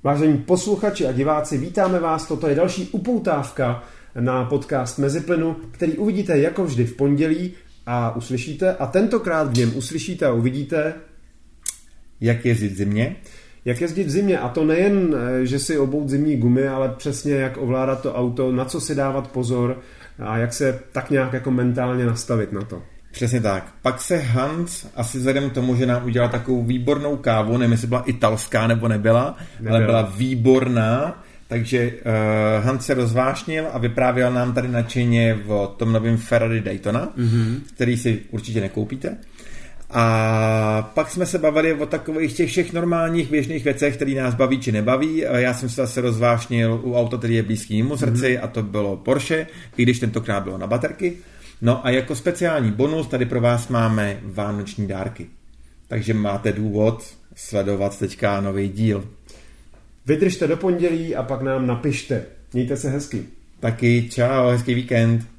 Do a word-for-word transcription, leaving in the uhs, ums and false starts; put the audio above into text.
Vážení posluchači a diváci, vítáme vás. Toto je další upoutávka na podcast Meziplynu, který uvidíte jako vždy v pondělí a uslyšíte. A tentokrát v něm uslyšíte a uvidíte, jak jezdit v zimě. Jak jezdit v zimě. A to nejen, že si obout zimní gumy, ale přesně jak ovládat to auto, na co si dávat pozor a jak se tak nějak jako mentálně nastavit na to. Přesně tak. Pak se Hans, asi vzhledem k tomu, že nám udělal takovou výbornou kávu, nevím, jestli byla italská nebo nebyla, nebyla. Ale byla výborná, takže uh, Hans se rozvášnil a vyprávěl nám tady nadšeně o tom novém Ferrari Daytona, mm-hmm. který si určitě nekoupíte. A pak jsme se bavili o takových těch všech normálních běžných věcech, které nás baví či nebaví. Já jsem se zase rozvášnil u auta, který je blízký mému srdci, mm-hmm. a to bylo Porsche, i když tentokrát bylo na baterky. No a jako speciální bonus tady pro vás máme vánoční dárky. Takže máte důvod sledovat teďka nový díl. Vydržte do pondělí a pak nám napište. Mějte se hezky. Taky čau, hezký víkend.